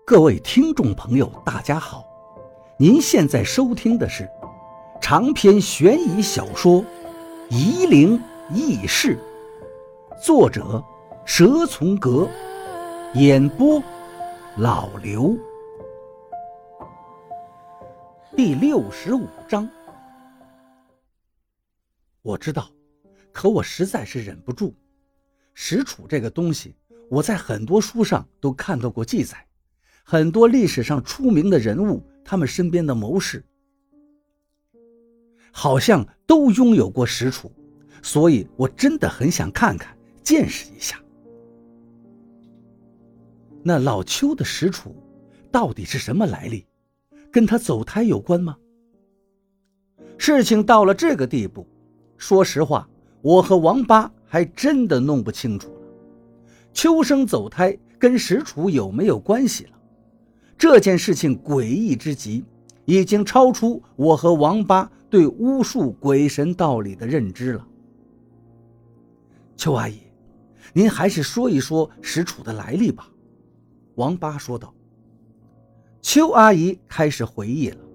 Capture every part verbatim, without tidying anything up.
各位听众朋友大家好，您现在收听的是长篇悬疑小说《夷陵轶事》，作者蛇从阁，演播老刘。第六十五章。我知道，可我实在是忍不住。石杵这个东西，我在很多书上都看到过记载，很多历史上出名的人物，他们身边的谋士好像都拥有过石杵，所以我真的很想看看，见识一下。那老邱的石杵到底是什么来历？跟他走胎有关吗？事情到了这个地步，说实话，我和王八还真的弄不清楚了。秋生走胎跟石杵有没有关系了？这件事情诡异之极，已经超出我和王八对巫术鬼神道理的认知了。邱阿姨，您还是说一说石杵的来历吧。王八说道。邱阿姨开始回忆了。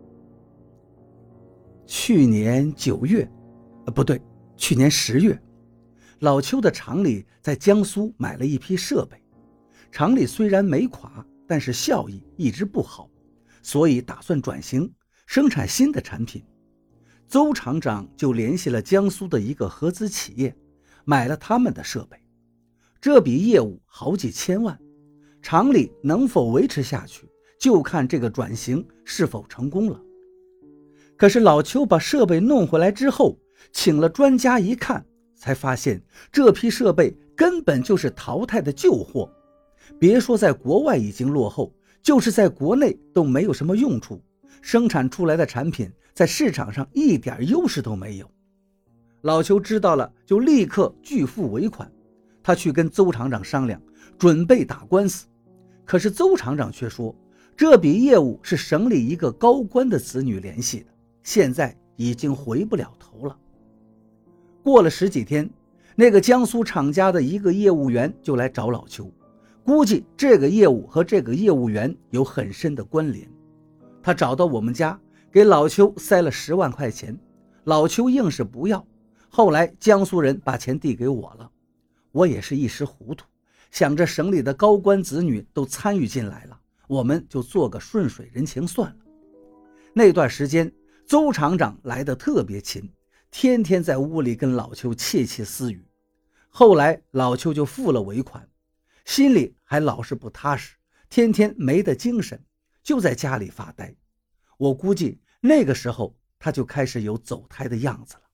去年九月，呃，不对，去年十月，老邱的厂里在江苏买了一批设备，厂里虽然没垮，但是效益一直不好，所以打算转型，生产新的产品。邹厂长就联系了江苏的一个合资企业，买了他们的设备。这笔业务好几千万，厂里能否维持下去，就看这个转型是否成功了。可是老邱把设备弄回来之后，请了专家一看，才发现这批设备根本就是淘汰的旧货，别说在国外已经落后，就是在国内都没有什么用处，生产出来的产品在市场上一点优势都没有。老邱知道了，就立刻拒付尾款，他去跟邹厂长商量，准备打官司。可是邹厂长却说，这笔业务是省里一个高官的子女联系的，现在已经回不了头了。过了十几天，那个江苏厂家的一个业务员就来找老邱，估计这个业务和这个业务员有很深的关联。他找到我们家，给老邱塞了十万块钱，老邱硬是不要。后来江苏人把钱递给我了，我也是一时糊涂，想着省里的高官子女都参与进来了，我们就做个顺水人情算了。那段时间邹厂长来得特别勤，天天在屋里跟老邱窃窃私语。后来老邱就付了尾款，心里还老是不踏实，天天没得精神，就在家里发呆。我估计那个时候他就开始有走胎的样子了。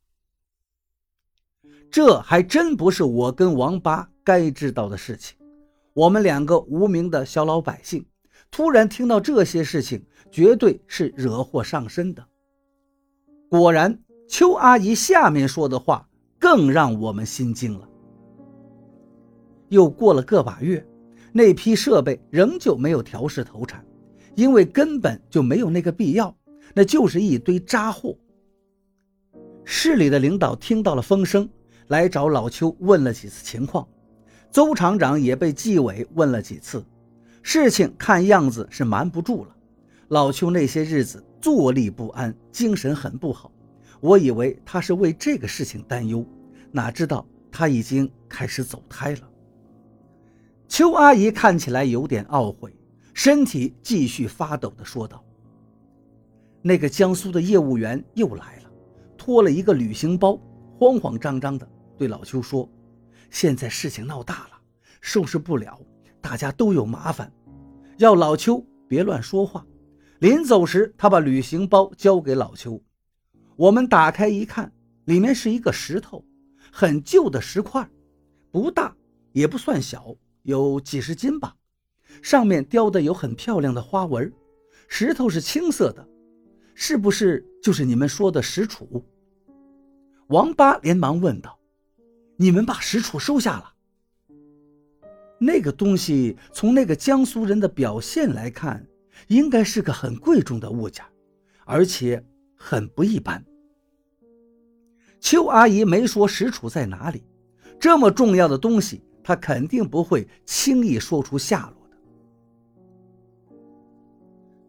这还真不是我跟王八该知道的事情。我们两个无名的小老百姓，突然听到这些事情，绝对是惹祸上身的。果然，邱阿姨下面说的话更让我们心惊了。又过了个把月，那批设备仍旧没有调试投产，因为根本就没有那个必要，那就是一堆渣货。市里的领导听到了风声，来找老邱问了几次情况，邹厂长也被纪委问了几次，事情看样子是瞒不住了。老邱那些日子坐立不安，精神很不好，我以为他是为这个事情担忧，哪知道他已经开始走胎了。邱阿姨看起来有点懊悔，身体继续发抖地说道：那个江苏的业务员又来了，拖了一个旅行包，慌慌张张的对老邱说，现在事情闹大了，收拾不了，大家都有麻烦，要老邱别乱说话。临走时，他把旅行包交给老邱，我们打开一看，里面是一个石头，很旧的石块，不大也不算小，有几十斤吧，上面雕的有很漂亮的花纹，石头是青色的，是不是就是你们说的石杵？王八连忙问道：你们把石杵收下了？那个东西从那个江苏人的表现来看，应该是个很贵重的物件，而且很不一般。邱阿姨没说石杵在哪里，这么重要的东西，她肯定不会轻易说出下落的。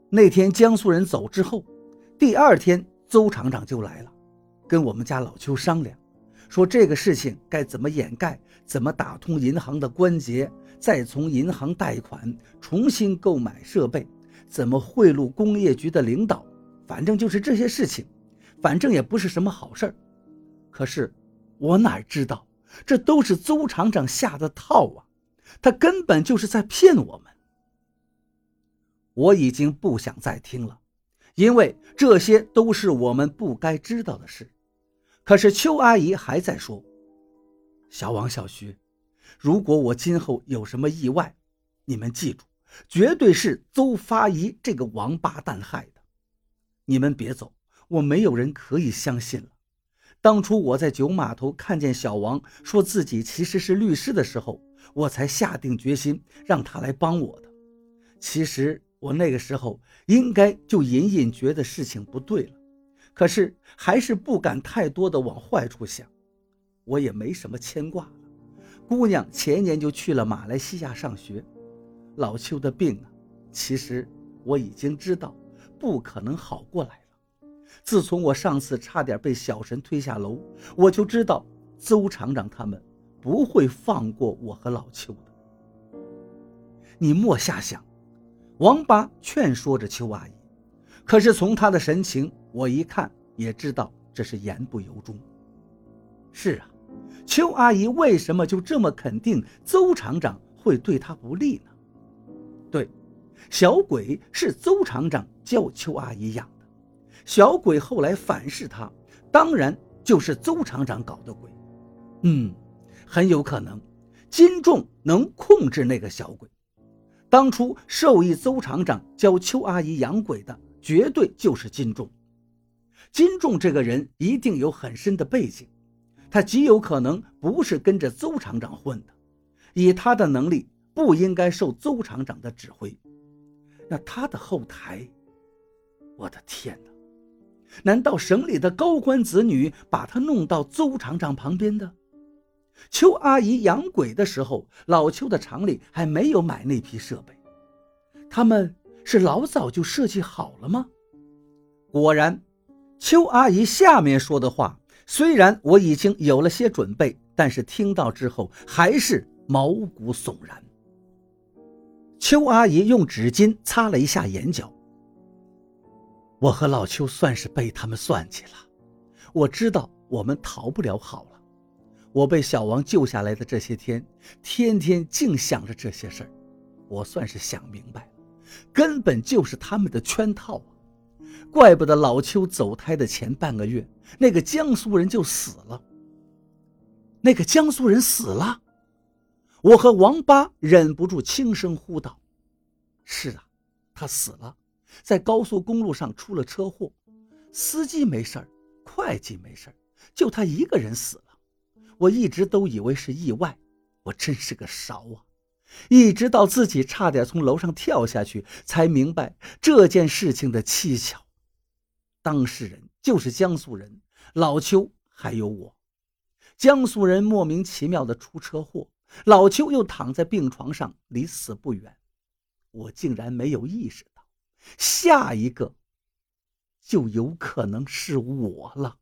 那天江苏人走之后，第二天邹厂长就来了，跟我们家老邱商量，说这个事情该怎么掩盖，怎么打通银行的关节，再从银行贷款重新购买设备，怎么贿赂工业局的领导，反正就是这些事情，反正也不是什么好事儿。可是我哪知道，这都是邹厂长下的套啊，他根本就是在骗我们。我已经不想再听了，因为这些都是我们不该知道的事。可是邱阿姨还在说，小王小徐，如果我今后有什么意外，你们记住，绝对是邹发仪这个王八蛋害的。你们别走，我没有人可以相信了。当初我在九码头看见小王说自己其实是律师的时候，我才下定决心让他来帮我的。其实我那个时候应该就隐隐觉得事情不对了，可是还是不敢太多的往坏处想。我也没什么牵挂了，姑娘前年就去了马来西亚上学。老邱的病啊，其实我已经知道不可能好过来了。自从我上次差点被小神推下楼，我就知道邹厂长他们不会放过我和老邱的。你莫瞎想，王八劝说着邱阿姨，可是从她的神情，我一看也知道这是言不由衷。是啊，邱阿姨为什么就这么肯定邹厂长会对她不利呢？对，小鬼是邹厂长教邱阿姨养的，小鬼后来反噬他，当然就是邹厂长搞的鬼。嗯，很有可能金仲能控制那个小鬼。当初授意邹厂长教邱阿姨养鬼的，绝对就是金仲。金仲这个人一定有很深的背景，他极有可能不是跟着邹厂长混的，以他的能力不应该受邹厂长的指挥。那他的后台，我的天哪，难道省里的高官子女把他弄到邹厂长旁边的？邱阿姨养鬼的时候，老邱的厂里还没有买那批设备，他们是老早就设计好了吗？果然，邱阿姨下面说的话，虽然我已经有了些准备，但是听到之后还是毛骨悚然。邱阿姨用纸巾擦了一下眼角，我和老邱算是被他们算计了，我知道我们逃不了好了。我被小王救下来的这些天，天天净想着这些事儿，我算是想明白了，根本就是他们的圈套啊！怪不得老邱走胎的前半个月，那个江苏人就死了。那个江苏人死了？我和王八忍不住轻声呼道：是啊，他死了，在高速公路上出了车祸，司机没事儿，会计没事儿，就他一个人死了。我一直都以为是意外，我真是个勺啊！一直到自己差点从楼上跳下去，才明白这件事情的蹊跷。当事人就是江苏人，老邱还有我。江苏人莫名其妙的出车祸，老邱又躺在病床上，离死不远。我竟然没有意识到，下一个就有可能是我了。